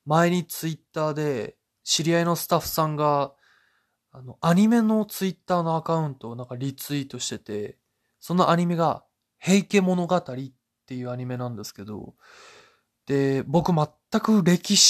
前にツイッターで知り合いのスタッフさんが、アニメのツイッターのアカウントをなんかリツイートしてて、そのアニメが、平家物語っていうアニメなんですけど、で、僕全く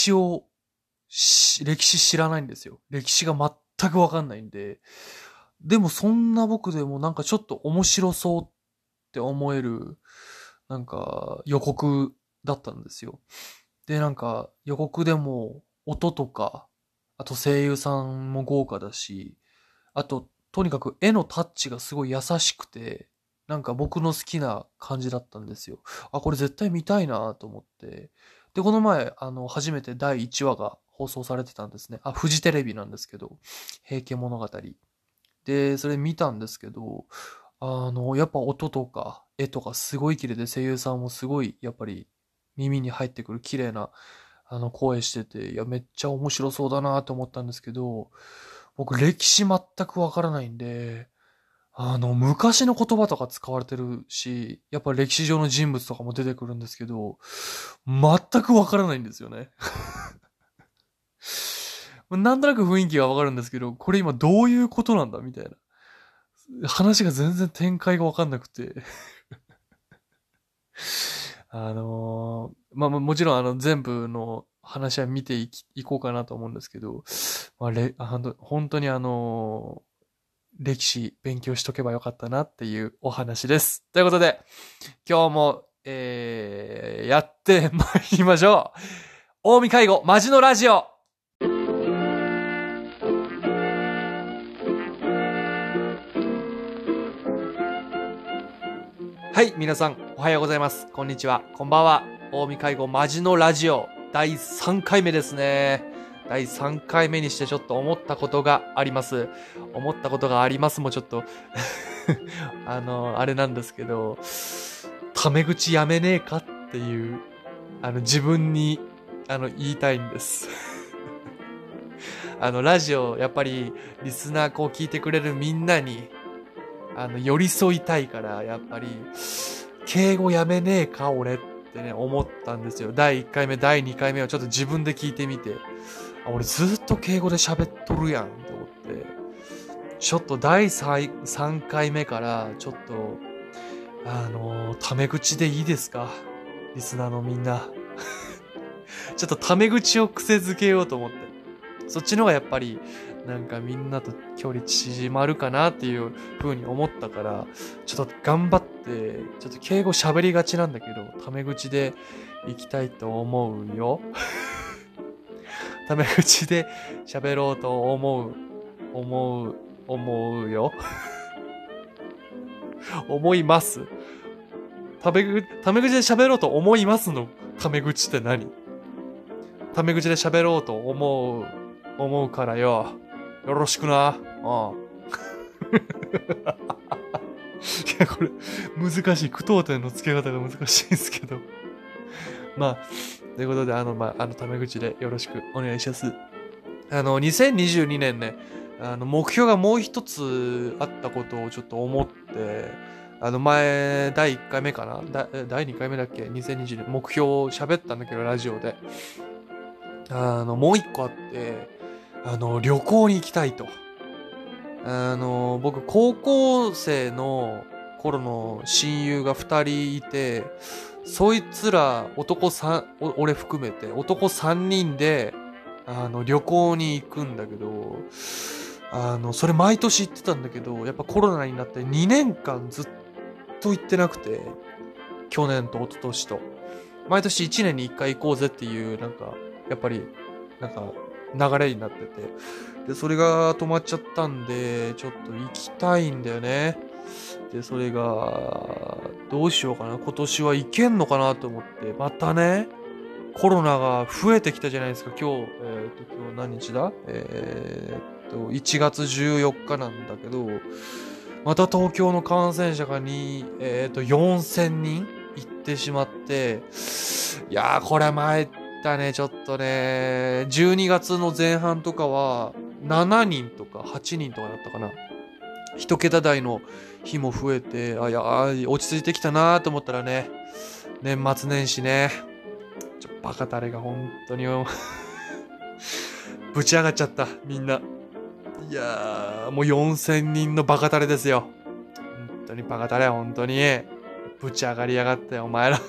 歴史知らないんですよ。歴史が全くわかんないんで、でもそんな僕でもなんかちょっと面白そうって思える、なんか予告だったんですよ。で、なんか予告でも音とか、あと声優さんも豪華だし、あと、とにかく絵のタッチがすごい優しくて、なんか僕の好きな感じだったんですよ。あ、これ絶対見たいなと思って。で、この前、初めて第1話が放送されてたんですね。あ、フジテレビなんですけど、平家物語。で、それ見たんですけど、やっぱ音とか絵とかすごい綺麗で声優さんもすごい、やっぱり耳に入ってくる綺麗な、声してて、いや、めっちゃ面白そうだなと思ったんですけど、僕歴史全くわからないんで、昔の言葉とか使われてるし、やっぱ歴史上の人物とかも出てくるんですけど、全くわからないんですよね。なんとなく雰囲気がわかるんですけど、これ今どういうことなんだみたいな。話が全然展開がわかんなくて。もちろん全部の話は見ていこうかなと思うんですけど、本当に歴史勉強しとけばよかったなっていうお話です。ということで、今日も、やってまいりましょう。近江介護マジのラジオ。はい、皆さん、おはようございます。こんにちは。こんばんは。近江介護マジのラジオ第3回目ですね。第3回目にしてちょっと思ったことがあります。思ったことがありますもちょっとあれなんですけど、タメ口やめねえかっていう、自分に、言いたいんです。ラジオ、やっぱり、リスナーこう聞いてくれるみんなに、寄り添いたいから、やっぱり、敬語やめねえか俺ってね、思ったんですよ。第1回目、第2回目はちょっと自分で聞いてみて、俺ずっと敬語で喋っとるやんって思って、ちょっと第3回目から、ちょっと、タメ口でいいですかリスナーのみんな。ちょっとタメ口を癖づけようと思って。そっちの方がやっぱり、なんかみんなと距離縮まるかなっていう風に思ったから、ちょっと頑張って、ちょっと敬語喋りがちなんだけど、タメ口で行きたいと思うよ。タメ口で喋ろうと思うよ。思います。タメ口で喋ろうと思いますのタメ口って何？タメ口で喋ろうと思うからよ。よろしくな。ああ。いや、これ、難しい。句読点の付け方が難しいんですけど。まあ、ということで、タメ口でよろしくお願いします。2022年ね、目標がもう一つあったことをちょっと思って、前、第1回目かな第2回目だっけ ?2020 年、目標を喋ったんだけど、ラジオで。もう一個あって、旅行に行きたいと。僕、高校生の頃の親友が2人いて、そいつら、俺含めて、男3人で、旅行に行くんだけど、それ毎年行ってたんだけど、やっぱコロナになって2年間ずっと行ってなくて、去年と一昨年と。毎年1年に1回行こうぜっていう、なんか、やっぱり、なんか、流れになってて。で、それが止まっちゃったんで、ちょっと行きたいんだよね。で、それが、どうしようかな。今年は行けんのかなと思って。またね、コロナが増えてきたじゃないですか。今日何日だ1月14日なんだけど、また東京の感染者が4000人行ってしまって、いやー、これ参ったね、ちょっとね。12月の前半とかは、7人とか8人とかだったかな。一桁台の日も増えて、落ち着いてきたなーと思ったらね、年末年始ね、 バカタレが本当にぶち上がっちゃった、みんな。いやー、もう4000人のバカタレですよ。本当にバカタレ、本当に。ぶち上がりやがってよ、お前ら。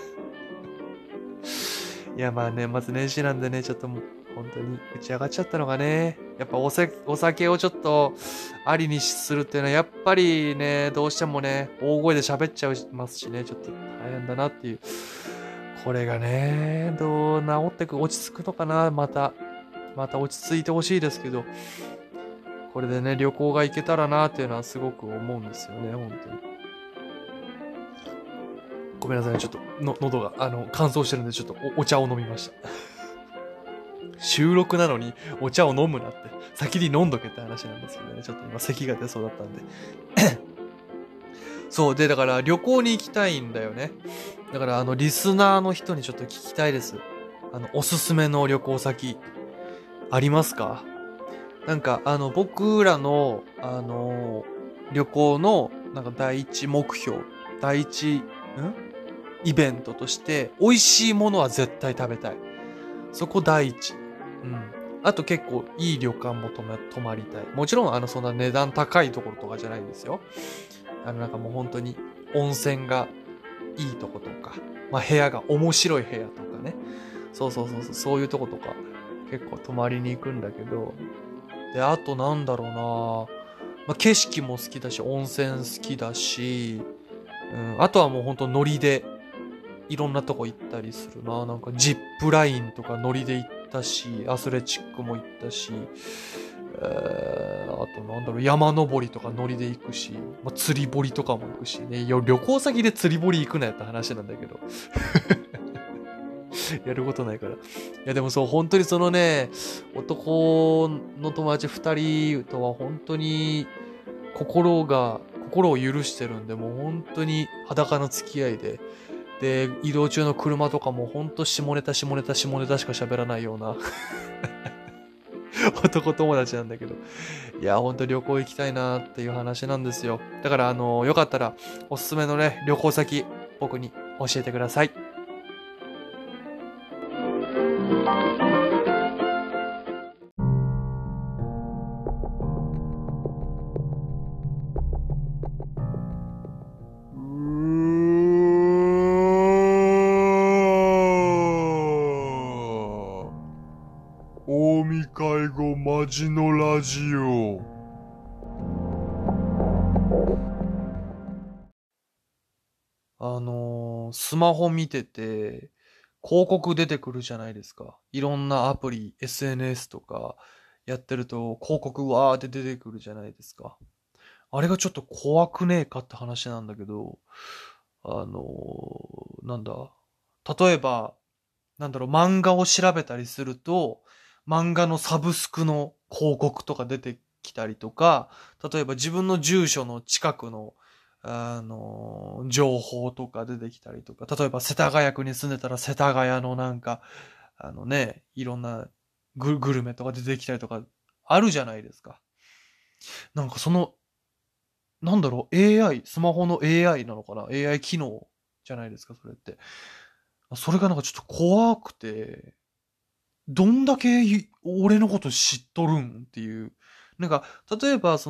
いや、まあ年末年始なんでね、ちょっともう、本当にぶち上がっちゃったのがね、やっぱお酒をちょっとありにするっていうのは、やっぱりね、どうしてもね、大声で喋っちゃいますしね、ちょっと大変だなっていう。これがね、どう治ってく、落ち着くのかな、また落ち着いてほしいですけど、これでね、旅行が行けたらなっていうのはすごく思うんですよね、本当に。ごめんなさい、ちょっと喉が乾燥してるんで、ちょっとお茶を飲みました。収録なのにお茶を飲むなって、先に飲んどけって話なんですけどね、ちょっと今咳が出そうだったんで。そうで、だから旅行に行きたいんだよね。だからリスナーの人にちょっと聞きたいです。おすすめの旅行先ありますか？なんか僕らの旅行のなんか第一目標、第一イベントとして、美味しいものは絶対食べたい。そこ第一。うん。あと結構いい旅館も泊まりたい。もちろんそんな値段高いところとかじゃないですよ。なんかもう本当に温泉がいいとことか、まあ部屋が面白い部屋とかね。そういうとことか結構泊まりに行くんだけど。で、あとなんだろうな、まあ、景色も好きだし、温泉好きだし、あとはもう本当ノリでいろんなとこ行ったりするな。なんかジップラインとかノリで行ったし、アスレチックも行ったし、あとなんだろう、山登りとかノリで行くし、まあ、釣り堀とかも行くしね。旅行先で釣り堀行くなよって話なんだけど。やることないから。いやでもそう、本当にそのね、男の友達2人とは本当に心を許してるんで、もう本当に裸の付き合いで、で、移動中の車とかもほんと下ネタしか喋らないような男友達なんだけど。いや、ほんと旅行行きたいなっていう話なんですよ。だからよかったらおすすめのね、旅行先、僕に教えてください。大見介護マジのラジオ。スマホ見てて、広告出てくるじゃないですか。いろんなアプリ、SNS とかやってると広告わーって出てくるじゃないですか。あれがちょっと怖くねえかって話なんだけど、なんだ。例えば、なんだろう、漫画を調べたりすると、漫画のサブスクの広告とか出てきたりとか、例えば自分の住所の近くの、情報とか出てきたりとか、例えば世田谷区に住んでたら世田谷のなんか、いろんなグルメとか出てきたりとか、あるじゃないですか。なんかなんだろう、AI、スマホの AI なのかな？ AI 機能じゃないですか、それって。それがなんかちょっと怖くて、どんだけ俺のこと知っとるんっていう。なんか、例えば、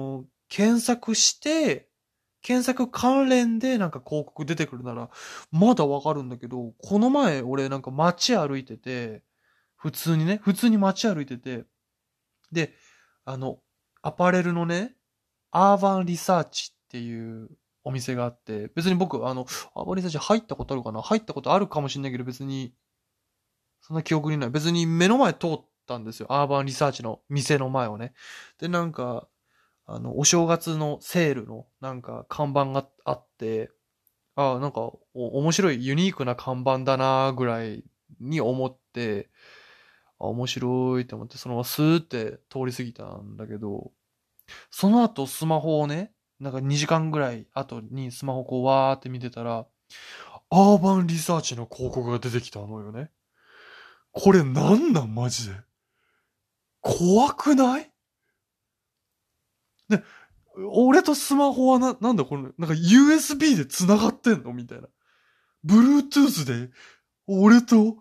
検索関連でなんか広告出てくるなら、まだわかるんだけど、この前俺なんか街歩いてて、普通に街歩いてて、で、あの、アパレルのね、アーバンリサーチっていうお店があって、別に僕、アーバンリサーチ入ったことあるかな？入ったことあるかもしれないけど、別にそんな記憶にない。別に目の前通ったんですよ。アーバンリサーチの店の前をね。で、なんか、お正月のセールのなんか看板があって、なんか面白いユニークな看板だなぐらいに思って、面白いって思って、そのままスーって通り過ぎたんだけど、その後スマホをね、なんか2時間ぐらい後にスマホこうわーって見てたら、アーバンリサーチの広告が出てきたのよね。これなんマジで。怖くない？で、俺とスマホはなんだこれ、なんか USB で繋がってんのみたいな。Bluetooth で、俺と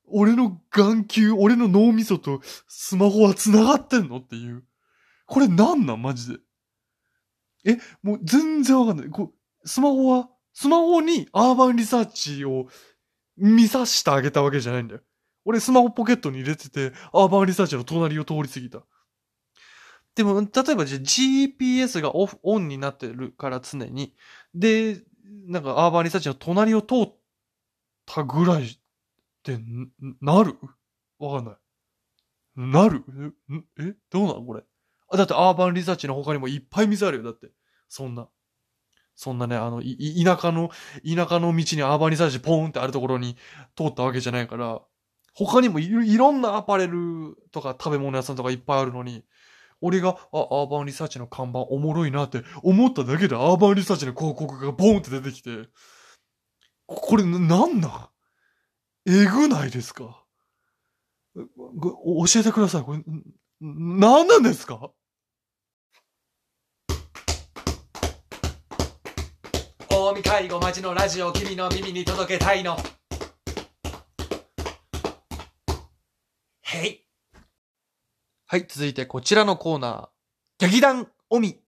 俺の眼球、俺の脳みそとスマホは繋がってんのっていう。これなんなんマジで。もう全然わかんない。スマホにアーバンリサーチを見さしてあげたわけじゃないんだよ。俺スマホポケットに入れてて、アーバンリサーチの隣を通り過ぎた。でも、例えばGPS がオンになってるから常に。で、なんかアーバンリサーチの隣を通ったぐらいってなるわかんない。なるどうなのこれ。だってアーバンリサーチの他にもいっぱい店あるよ。だって。そんなね、田舎の道にアーバンリサーチポーンってあるところに通ったわけじゃないから、他にもいろんなアパレルとか食べ物屋さんとかいっぱいあるのに、俺が、アーバンリサーチの看板おもろいなって思っただけでアーバンリサーチの広告がボーンって出てきて、これなんえぐないですか？教えてください。これ、なんなんですか？大見介護町のラジオを君の耳に届けたいの。へい。はい、続いてこちらのコーナー。劇団オミ。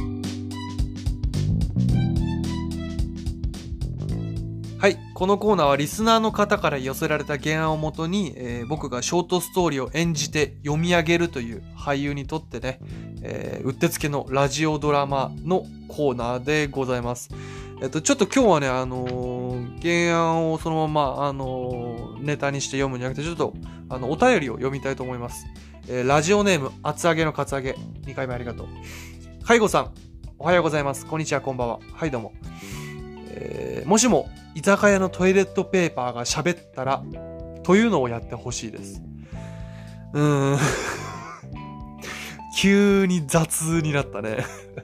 はい、このコーナーはリスナーの方から寄せられた原案をもとに、僕がショートストーリーを演じて読み上げるという俳優にとってね、うってつけのラジオドラマのコーナーでございます。ちょっと今日はね、原案をそのまま、ネタにして読むんじゃなくて、ちょっと、お便りを読みたいと思います。ラジオネーム、厚揚げのカツアゲ。2回目ありがとう。介護さん、おはようございます。こんにちは、こんばんは。はい、どうも。もしも、居酒屋のトイレットペーパーが喋ったら、というのをやってほしいです。急に雑になったね。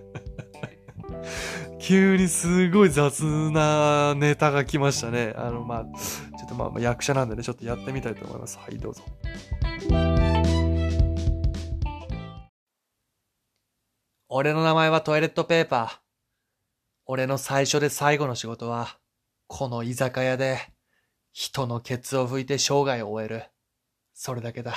急にすごい雑なネタが来ましたね。ちょっと役者なんでね、ちょっとやってみたいと思います。はい、どうぞ。俺の名前はトイレットペーパー。俺の最初で最後の仕事は、この居酒屋で、人のケツを拭いて生涯を終える。それだけだ。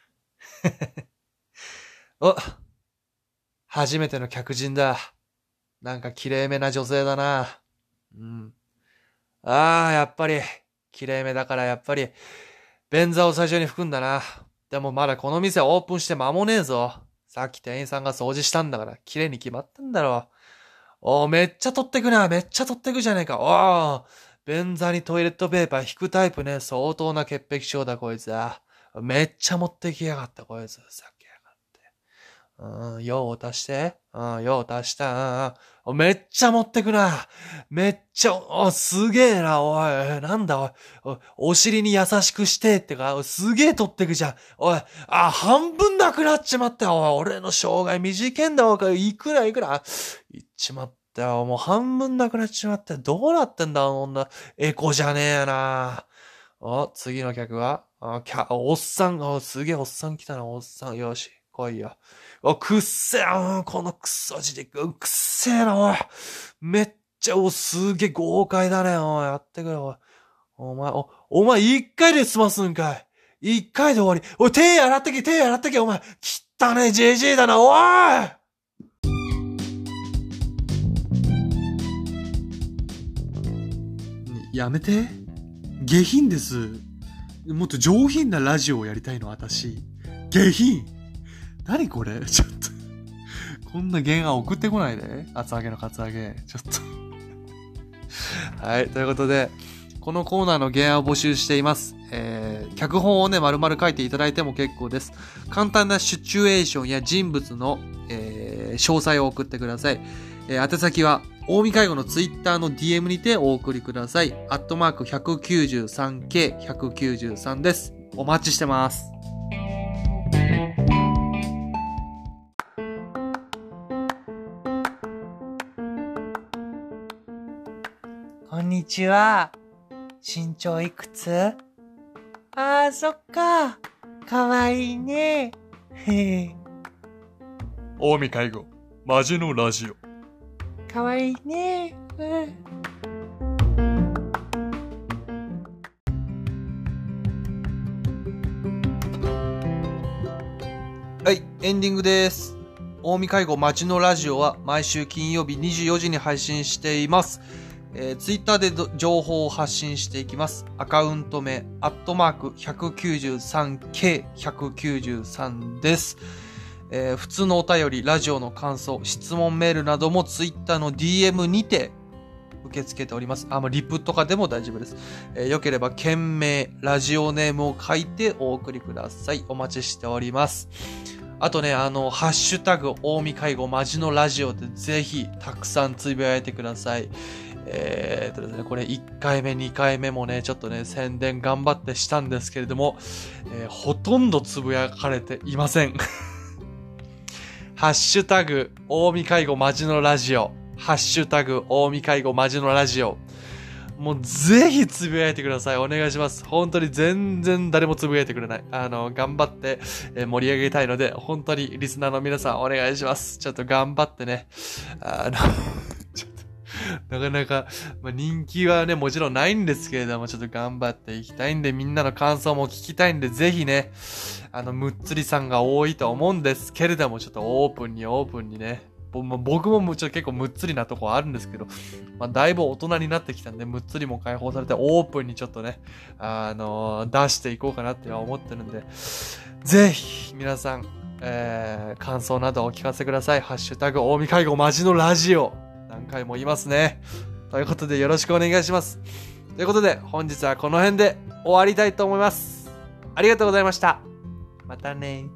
初めての客人だ。なんか綺麗めな女性だな。やっぱり、綺麗めだからやっぱり、便座を最初に拭くんだな。でもまだこの店オープンして間もねえぞ。さっき店員さんが掃除したんだから、綺麗に決まったんだろう。めっちゃ取ってくな。めっちゃ取ってくじゃねえか。便座にトイレットペーパー引くタイプね。相当な潔癖症だこいつは。めっちゃ持ってきやがったこいつ。さっきやがって。用を足して。用を足した。めっちゃ持ってくな。めっちゃ、すげえな、おい。なんだ、おい。お尻に優しくしてってか、すげえ取ってくじゃん。おい、半分なくなっちまったよ。おい、俺の生涯短いんだ、おい。いくらいっちまったよ。もう半分なくなっちまった。どうなってんだ、女。エコじゃねえやな。次の客はおっさん、すげえおっさん来たな、おっさん。よし、来いよ。くっせえ、このクソじで、くっせえな、おい。めっちゃ、すげえ豪快だね、おい。やってくれ、おい。お前、一回で済ますんかい。一回で終わり。おい、手洗ってけ、お前。汚ねえ、ジェジーだな、おい。やめて。下品です。もっと上品なラジオをやりたいの、私。下品。何これちょっと。こんな原案送ってこないで。厚揚げのカツ揚げ。ちょっと。はい。ということで、このコーナーの原案を募集しています。脚本をね、丸々書いていただいても結構です。簡単なシチュエーションや人物の、詳細を送ってください。宛先は、大見介護のツイッターの DM にてお送りください。@193K193 です。お待ちしてます。こんにちは。身長いくつ？そっか。かわいいね。へへ。大見介護、マジのラジオ。かわいいね。 はい、エンディングです。近江介護町のラジオは毎週金曜日24時に配信しています。ツイッターで情報を発信していきます。アカウント名、@193K193 です。普通のお便り、ラジオの感想、質問メールなどもツイッターの DM にて受け付けております。リプとかでも大丈夫です。よければ、件名、ラジオネームを書いてお送りください。お待ちしております。あとね、ハッシュタグ、近江介護マジのラジオでぜひ、たくさんつぶやいてください。ですね、これ1回目、2回目もね、ちょっとね、宣伝頑張ってしたんですけれども、ほとんどつぶやかれていません。ハッシュタグ、近江介護マジのラジオ。ハッシュタグ、近江介護マジのラジオ。もうぜひつぶやいてください。お願いします。本当に全然誰もつぶやいてくれない。頑張って盛り上げたいので、本当にリスナーの皆さんお願いします。ちょっと頑張ってね。ちょっとなかなか、人気はね、もちろんないんですけれども、ちょっと頑張っていきたいんで、みんなの感想も聞きたいんで、ぜひね、むっつりさんが多いと思うんですけれども、ちょっとオープンにね、僕もちょっと結構むっつりなとこあるんですけど、だいぶ大人になってきたんで、むっつりも解放されてオープンにちょっとね、出していこうかなって思ってるんで、ぜひ皆さん、感想などお聞かせください。ハッシュタグ、近江介護マジのラジオ。何回も言いますね。ということでよろしくお願いします。ということで本日はこの辺で終わりたいと思います。ありがとうございました。またね。